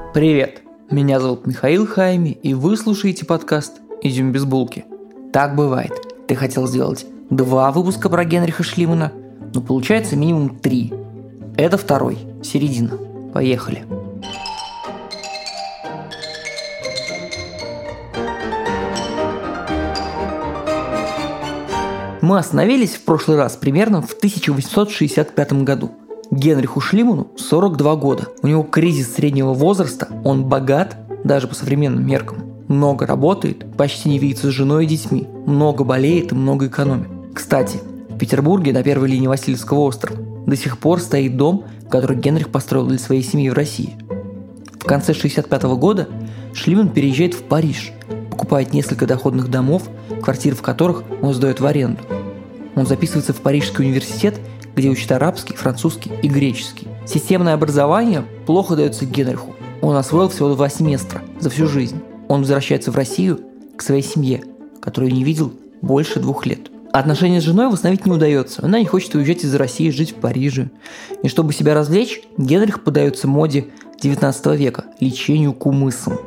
Привет, меня зовут Михаил Хайми, и вы слушаете подкаст «Изюм без булки». Так бывает, ты хотел сделать 2 выпуска про Генриха Шлимана, но получается минимум 3. Это второй, середина. Поехали. Мы остановились в прошлый раз примерно в 1865 году. Генриху Шлиману 42 года. У него кризис среднего возраста, он богат, даже по современным меркам. Много работает, почти не видится с женой и детьми, много болеет и много экономит. Кстати, в Петербурге на первой линии Васильевского острова до сих пор стоит дом, который Генрих построил для своей семьи в России. В конце 1965 года Шлиман переезжает в Париж, покупает несколько доходных домов, квартиры в которых он сдает в аренду. Он записывается в Парижский университет, где учат арабский, французский и греческий. Системное образование плохо дается Генриху. Он освоил всего 2 семестра за всю жизнь. Он возвращается в Россию к своей семье, которую не видел больше 2 лет. Отношения с женой восстановить не удается. Она не хочет уезжать из России, жить в Париже. И чтобы себя развлечь, Генрих поддается моде 19 века – лечению кумысом.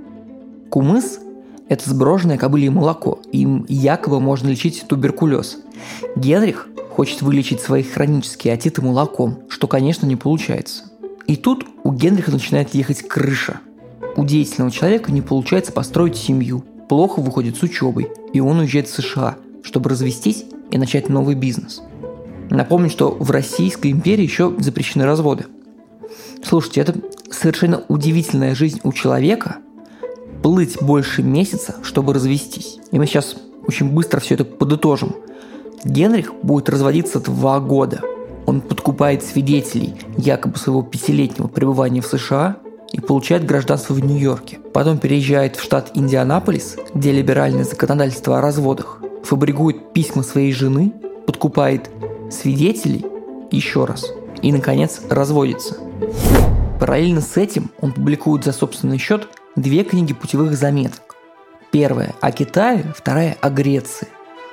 Кумыс – это сброженное кобылье молоко. Им якобы можно лечить туберкулез. Генрих хочет вылечить свои хронические отиты молоком, что, конечно, не получается. И тут у Генриха начинает ехать крыша. У деятельного человека не получается построить семью, плохо выходит с учебой, и он уезжает в США, чтобы развестись и начать новый бизнес. Напомню, что в Российской империи еще запрещены разводы. Слушайте, это совершенно удивительная жизнь у человека – плыть больше месяца, чтобы развестись. И мы сейчас очень быстро все это подытожим. Генрих будет разводиться 2 года. Он подкупает свидетелей якобы своего 5-летнего пребывания в США и получает гражданство в Нью-Йорке. Потом переезжает в штат Индианаполис, где либеральное законодательство о разводах, фабрикует письма своей жены, подкупает свидетелей еще раз и, наконец, разводится. Параллельно с этим он публикует за собственный счет 2 книги путевых заметок. Первая о Китае, вторая о Греции.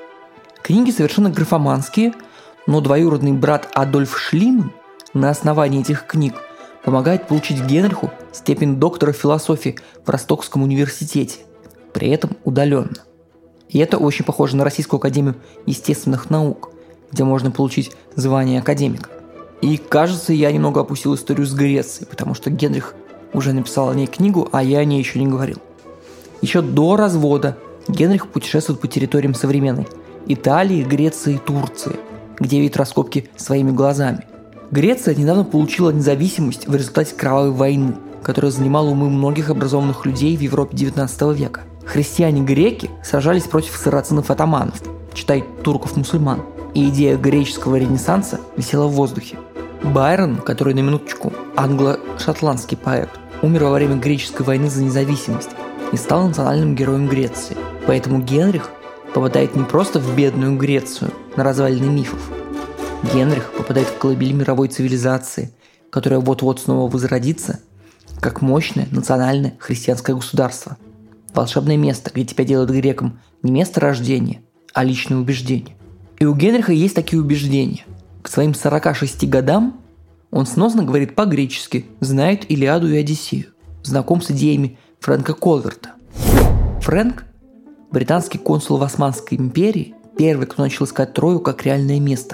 Книги совершенно графоманские, но двоюродный брат Адольф Шлиман на основании этих книг помогает получить Генриху степень доктора философии в Ростокском университете, при этом удаленно. И это очень похоже на Российскую академию естественных наук, где можно получить звание академика. И кажется, я немного опустил историю с Грецией, потому что Генрих уже написал о ней книгу, а я о ней еще не говорил. Еще до развода Генрих путешествует по территориям современной Италии, Греции и Турции, где видит раскопки своими глазами. Греция недавно получила независимость в результате кровавой войны, которая занимала умы многих образованных людей в Европе XIX века. Христиане-греки сражались против сарацинов-атаманов, читай турков-мусульман, и идея греческого ренессанса висела в воздухе. Байрон, который на минуточку англо-шотландский поэт, умер во время греческой войны за независимость и стал национальным героем Греции. Поэтому Генрих попадает не просто в бедную Грецию на развалины мифов. Генрих попадает в колыбель мировой цивилизации, которая вот-вот снова возродится, как мощное национальное христианское государство. Волшебное место, где тебя делают греком не место рождения, а личное убеждение. И у Генриха есть такие убеждения. К своим 46 годам он сносно говорит по-гречески, знает Илиаду и Одиссею, знаком с идеями Фрэнка Колверта. Фрэнк – британский консул в Османской империи, первый, кто начал искать Трою как реальное место.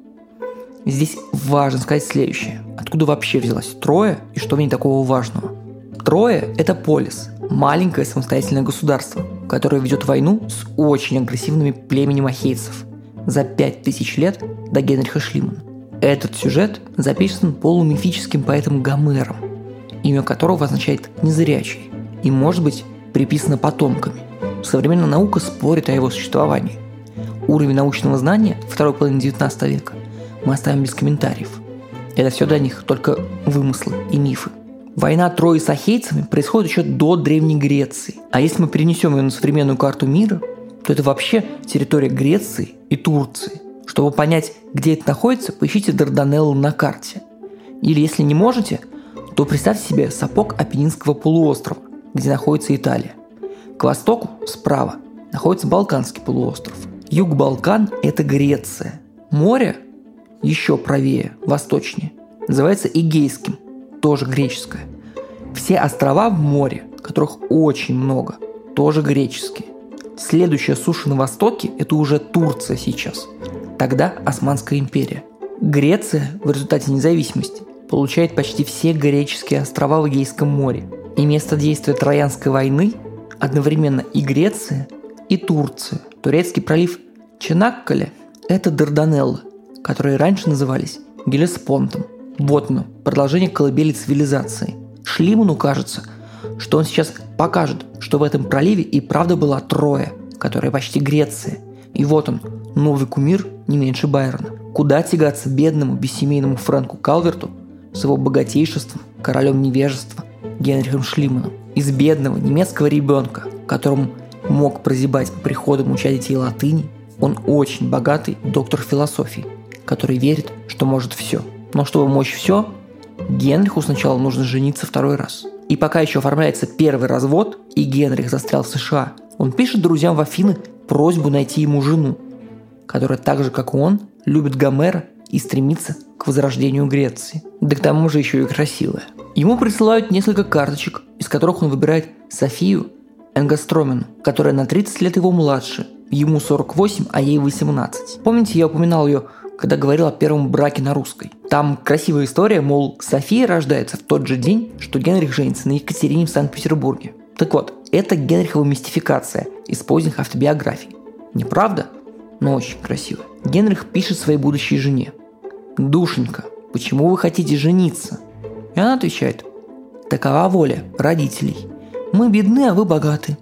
Здесь важно сказать следующее. Откуда вообще взялась Троя и что в ней такого важного? Троя – это полис, маленькое самостоятельное государство, которое ведет войну с очень агрессивными племенем ахейцев за 5000 лет до Генриха Шлимана. Этот сюжет записан полумифическим поэтом Гомером, имя которого означает «незрячий» и может быть приписано потомками. Современная наука спорит о его существовании. Уровень научного знания второй половины 19 века мы оставим без комментариев. Это все для них только вымыслы и мифы. Война Трои с ахейцами происходит еще до Древней Греции. А если мы перенесем ее на современную карту мира, то это вообще территория Греции и Турции. Чтобы понять, где это находится, поищите Дарданеллы на карте. Или если не можете, то представьте себе сапог Апеннинского полуострова, где находится Италия. К востоку, справа, находится Балканский полуостров. Юг Балкан – это Греция. Море еще правее, восточнее, называется Эгейским, тоже греческое. Все острова в море, которых очень много, тоже греческие. Следующая суша на востоке – это уже Турция сейчас. Тогда Османская империя. Греция в результате независимости получает почти все греческие острова в Эгейском море. И место действия Троянской войны одновременно и Греция, и Турция. Турецкий пролив Чанаккале – это Дарданеллы, которые раньше назывались Геллеспонтом. Вот оно, продолжение колыбели цивилизации. Шлиману кажется, что он сейчас покажет, что в этом проливе и правда была Троя, которая почти Греция. И вот он, новый кумир не меньше Байрона. Куда тягаться бедному, бессемейному Фрэнку Калверту с его богатейшеством, королем невежества Генрихом Шлиманом? Из бедного немецкого ребенка, которому мог прозябать по приходам уча детей латыни, он очень богатый доктор философии, который верит, что может все. Но чтобы мочь все, Генриху сначала нужно жениться второй раз. И пока еще оформляется первый развод, и Генрих застрял в США, он пишет друзьям в Афины просьбу найти ему жену, которая так же, как и он, любит Гомера и стремится к возрождению Греции. Да к тому же еще и красивая. Ему присылают несколько карточек, из которых он выбирает Софию Энгостромину, которая на 30 лет его младше. Ему 48, а ей 18. Помните, я упоминал ее, когда говорил о первом браке на русской? Там красивая история, мол, София рождается в тот же день, что Генрих женится на Екатерине в Санкт-Петербурге. Так вот, это Генрихова мистификация из поздних автобиографий. Неправда? Но очень красиво. Генрих пишет своей будущей жене: «Душенька, почему вы хотите жениться?» И она отвечает: «Такова воля родителей. Мы бедны, а вы богаты».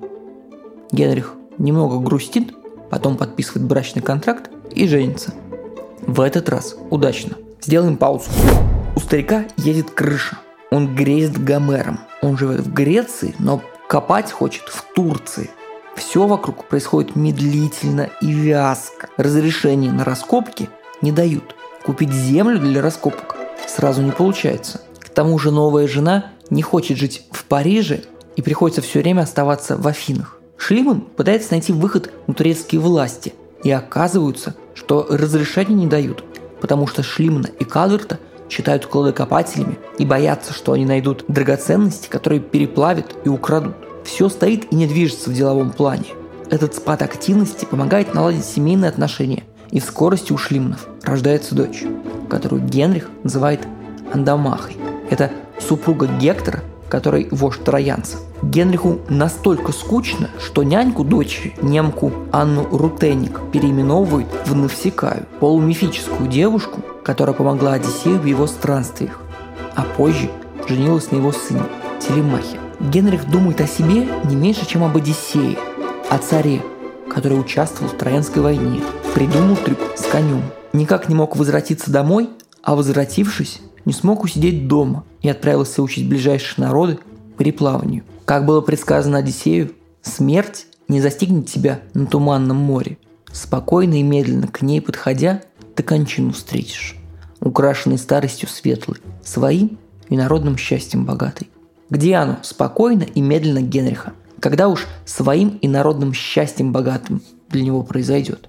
Генрих немного грустит, потом подписывает брачный контракт и женится. В этот раз удачно. Сделаем паузу. У старика едет крыша. Он грезит Гомером. Он живет в Греции, но копать хочет в Турции. Все вокруг происходит медлительно и вязко. Разрешения на раскопки не дают. Купить землю для раскопок сразу не получается. К тому же новая жена не хочет жить в Париже и приходится все время оставаться в Афинах. Шлиман пытается найти выход на турецкие власти, и оказывается, что разрешения не дают, потому что Шлимана и Калверта считают кладокопателями и боятся, что они найдут драгоценности, которые переплавят и украдут. Все стоит и не движется в деловом плане. Этот спад активности помогает наладить семейные отношения, и в скорости у Шлиманов рождается дочь, которую Генрих называет Андомахой. Это супруга Гектора, который вождь троянцев. Генриху настолько скучно, что няньку дочери, немку Анну Рутеник, переименовывают в Навсекаю, полумифическую девушку, которая помогла Одиссею в его странствиях, а позже женилась на его сыне Телемахе. Генрих думает о себе не меньше, чем об Одиссее, о царе, который участвовал в Троянской войне, придумал трюк с конем. Никак не мог возвратиться домой, а возвратившись, не смог усидеть дома и отправился учить ближайшие народы переплаванию. Как было предсказано Одиссею, смерть не застигнет тебя на туманном море. Спокойно и медленно к ней подходя, ты кончину встретишь, украшенный старостью светлой, своим и народным счастьем богатой. Где оно, спокойно и медленно Генриха, когда уж своим и народным счастьем богатым для него произойдет?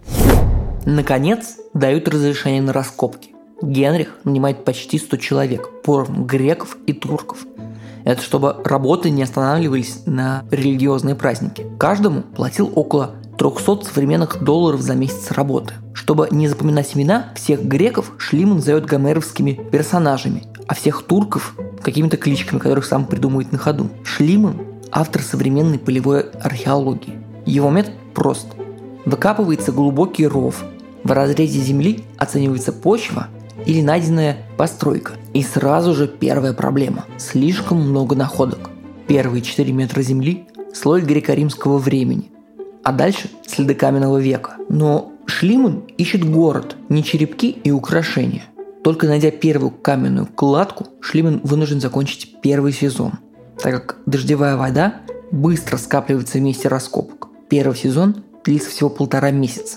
Наконец, дают разрешение на раскопки. Генрих нанимает почти 100 человек, поровну греков и турков. Это чтобы работы не останавливались на религиозные праздники. Каждому платил около 300 современных долларов за месяц работы. Чтобы не запоминать имена, всех греков Шлиман зовет гомеровскими персонажами, а всех турков – какими-то кличками, которых сам придумывает на ходу. Шлиман – автор современной полевой археологии. Его метод прост. Выкапывается глубокий ров, в разрезе земли оценивается почва или найденная постройка. И сразу же первая проблема – слишком много находок. Первые 4 метра земли – слой греко-римского времени, а дальше – следы каменного века. Но Шлиман ищет город, не черепки и украшения. Только найдя первую каменную кладку, Шлиман вынужден закончить первый сезон, так как дождевая вода быстро скапливается в месте раскопок. Первый сезон длится всего 1,5 месяца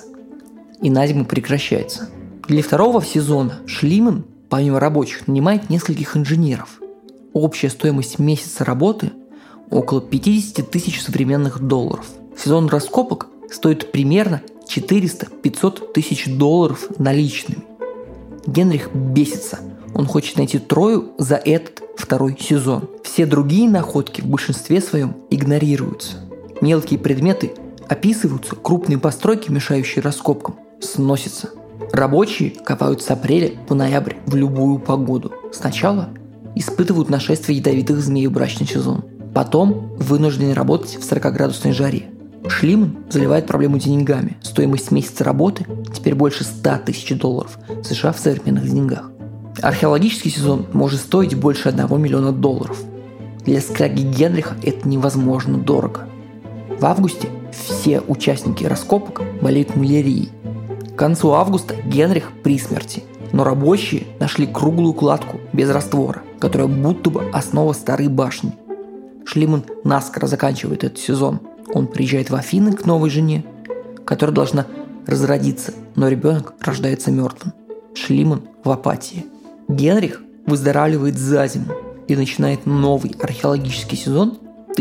и на зиму прекращается. Для второго сезона Шлиман, помимо рабочих, нанимает нескольких инженеров. Общая стоимость месяца работы – около 50 тысяч современных долларов. Сезон раскопок стоит примерно 400-500 тысяч долларов наличными. Генрих бесится. Он хочет найти Трою за этот второй сезон. Все другие находки в большинстве своем игнорируются. Мелкие предметы описываются, крупные постройки, мешающие раскопкам, сносятся. Рабочие копают с апреля по ноябрь в любую погоду. Сначала испытывают нашествие ядовитых змей в брачный сезон. Потом вынуждены работать в 40-градусной жаре. Шлиман заливает проблему деньгами. Стоимость месяца работы теперь больше $100 тысяч США в современных деньгах. Археологический сезон может стоить больше $1 миллиона. Для скряги Генриха это невозможно дорого. В августе все участники раскопок болеют малярией. К концу августа Генрих при смерти, но рабочие нашли круглую кладку без раствора, которая будто бы основа старой башни. Шлиман наскоро заканчивает этот сезон. Он приезжает в Афины к новой жене, которая должна разродиться, но ребенок рождается мертвым. Шлиман в апатии. Генрих выздоравливает за зиму и начинает новый археологический сезон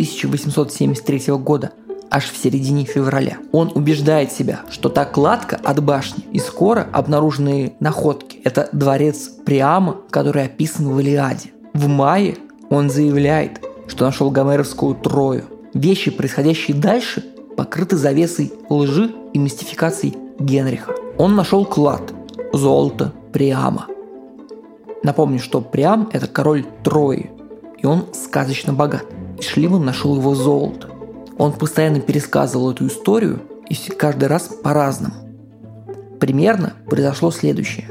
1873 года, аж в середине февраля. Он убеждает себя, что та кладка от башни и скоро обнаруженные находки – это дворец Приама, который описан в Илиаде. В мае он заявляет, что нашел гомеровскую Трою. Вещи, происходящие дальше, покрыты завесой лжи и мистификаций Генриха. Он нашел клад, золото Приама. Напомню, что Приам – это король Трои, и он сказочно богат. И Шлиман нашел его золото. Он постоянно пересказывал эту историю, и каждый раз по-разному. Примерно произошло следующее.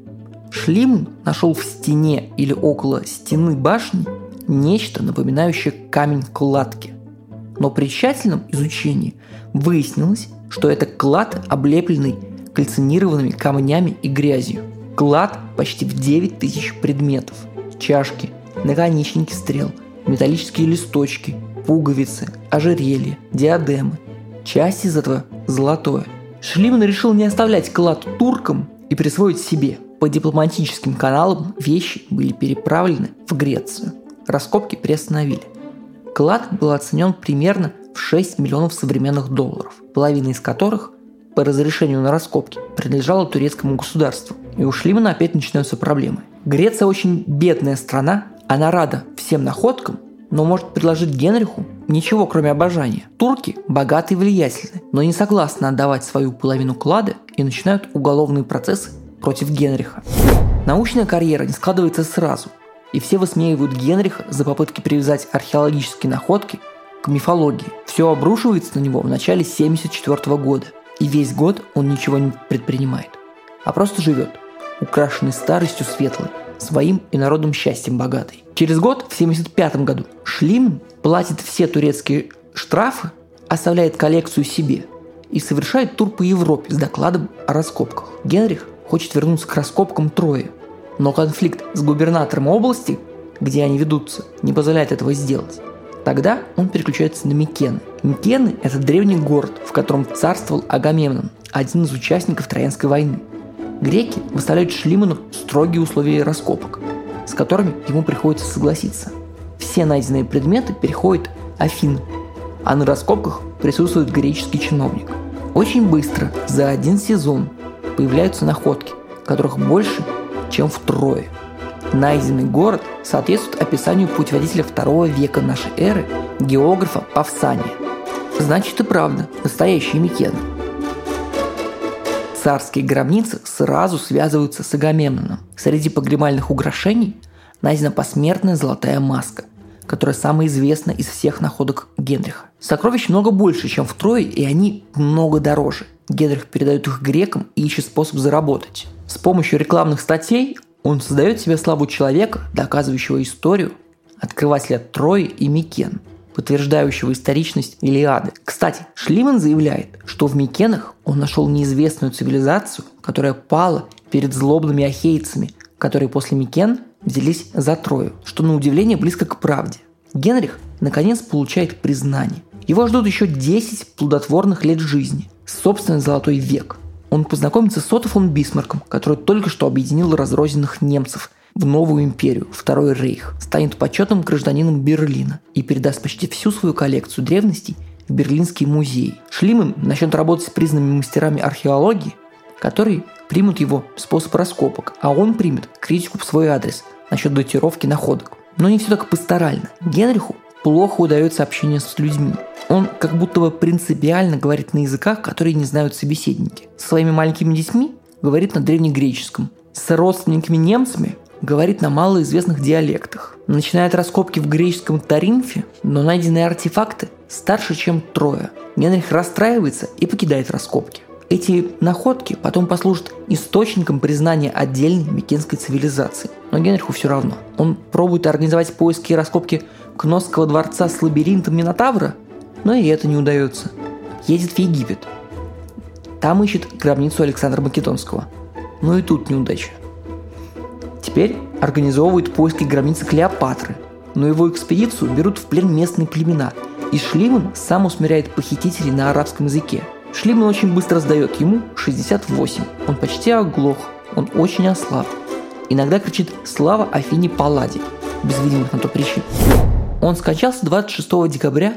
Шлиман нашел в стене или около стены башни нечто, напоминающее камень кладки. Но при тщательном изучении выяснилось, что это клад, облепленный кальцинированными камнями и грязью. Клад почти в 9000 предметов. Чашки, наконечники стрел, металлические листочки, пуговицы, ожерелья, диадемы. Часть из этого золотое. Шлиман решил не оставлять клад туркам и присвоить себе. По дипломатическим каналам вещи были переправлены в Грецию. Раскопки приостановили. Клад был оценен примерно в $6 миллионов современных долларов, половина из которых по разрешению на раскопки принадлежала турецкому государству. И у Шлимана опять начинаются проблемы. Греция очень бедная страна, она рада всем находкам, но может предложить Генриху ничего, кроме обожания. Турки богаты и влиятельны, но не согласны отдавать свою половину клада и начинают уголовные процессы против Генриха. Научная карьера не складывается сразу, и все высмеивают Генриха за попытки привязать археологические находки к мифологии. Все обрушивается на него в начале 1974 года, и весь год он ничего не предпринимает, а просто живет, украшенный старостью светлой, своим и народным счастьем богатой. Через год, в 1975 году, Шлиман платит все турецкие штрафы, оставляет коллекцию себе и совершает тур по Европе с докладом о раскопках. Генрих хочет вернуться к раскопкам Трои, но конфликт с губернатором области, где они ведутся, не позволяет этого сделать. Тогда он переключается на Микены. Микены – это древний город, в котором царствовал Агамемнон, один из участников Троянской войны. Греки выставляют Шлиману строгие условия раскопок, с которыми ему приходится согласиться. Все найденные предметы переходят Афины, а на раскопках присутствует греческий чиновник. Очень быстро, за один сезон, появляются находки, которых больше, чем втрое. Найденный город соответствует описанию путеводителя II века нашей эры географа Павсания. Значит и правда, настоящие Микены. Царские гробницы сразу связываются с Агамемноном. Среди погребальных украшений найдена посмертная золотая маска, которая самая известная из всех находок Генриха. Сокровищ много больше, чем втрое, и они много дороже. Генрих передает их грекам и ищет способ заработать. С помощью рекламных статей он создает себе славу человека, доказывающего историю, открывателя Трои и Микен, подтверждающего историчность Илиады. Кстати, Шлиман заявляет, что в Микенах он нашел неизвестную цивилизацию, которая пала перед злобными ахейцами, которые после Микен взялись за Трою, что на удивление близко к правде. Генрих наконец получает признание. Его ждут еще 10 плодотворных лет жизни, собственный золотой век. Он познакомится с Отто фон Бисмарком, который только что объединил разрозненных немцев в новую империю, Второй Рейх, станет почетным гражданином Берлина и передаст почти всю свою коллекцию древностей в Берлинский музей. Шлиман начнет работать с признанными мастерами археологии, которые примут его способ раскопок, а он примет критику в свой адрес насчет датировки находок. Но не все так пасторально. Генриху плохо удается общение с людьми. Он как будто бы принципиально говорит на языках, которые не знают собеседники. Со своими маленькими детьми говорит на древнегреческом. С родственниками-немцами говорит на малоизвестных диалектах. Начинает раскопки в греческом Таринфе, но найденные артефакты старше, чем Троя. Генрих расстраивается и покидает раскопки. Эти находки потом послужат источником признания отдельной микенской цивилизации. Но Генриху все равно. Он пробует организовать поиски и раскопки Кносского дворца с лабиринтом Минотавра, но и это не удается. Едет в Египет. Там ищет гробницу Александра Македонского. Но и тут неудача. Теперь организовывает поиски гробницы Клеопатры, но его экспедицию берут в плен местные племена, и Шлиман сам усмиряет похитителей на арабском языке. Шлиман очень быстро сдает, ему 68. Он почти оглох, он очень ослаб. Иногда кричит «Слава Афине Палладе», без видимых на то причин. Он скончался 26 декабря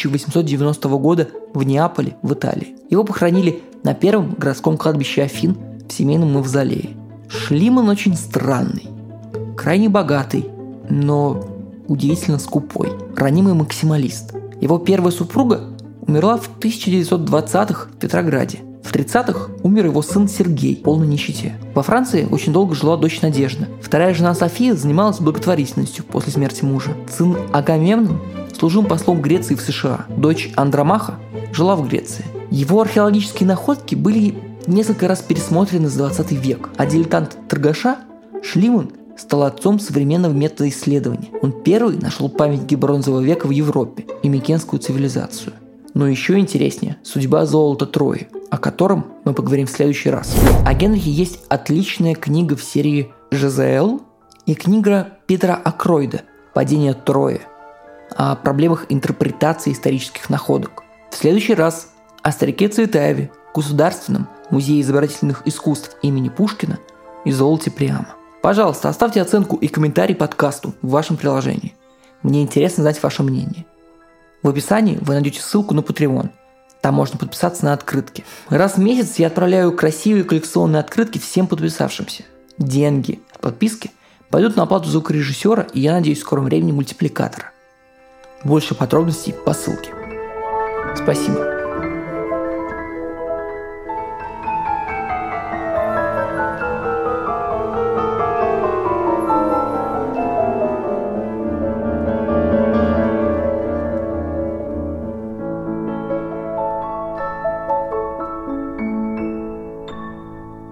1890 года в Неаполе, в Италии. Его похоронили на первом городском кладбище Афин в семейном мавзолее. Шлиман очень странный, крайне богатый, но удивительно скупой, ранимый максималист. Его первая супруга умерла в 1920-х в Петрограде. В 30-х умер его сын Сергей в полной нищете. Во Франции очень долго жила дочь Надежда. Вторая жена София занималась благотворительностью после смерти мужа. Сын Агамемнон служил послом Греции в США. Дочь Андромаха жила в Греции. Его археологические находки были несколько раз пересмотрены за 20 век, а дилетант торгаша Шлиман стал отцом современного метода исследования. Он первый нашел памятники бронзового века в Европе и микенскую цивилизацию. Но еще интереснее судьба золота Трои, о котором мы поговорим в следующий раз. О Генрихе есть отличная книга в серии «Жизаэл» и книга Питера Акройда «Падение Трои» о проблемах интерпретации исторических находок. В следующий раз о старике Цветаеве, Государственном музее изобразительных искусств имени Пушкина и золоте Приама. Пожалуйста, оставьте оценку и комментарий подкасту в вашем приложении. Мне интересно знать ваше мнение. В описании вы найдете ссылку на Patreon. Там можно подписаться на открытки. Раз в месяц я отправляю красивые коллекционные открытки всем подписавшимся. Деньги от подписки пойдут на оплату звукорежиссера и, я надеюсь, в скором времени мультипликатора. Больше подробностей по ссылке. Спасибо.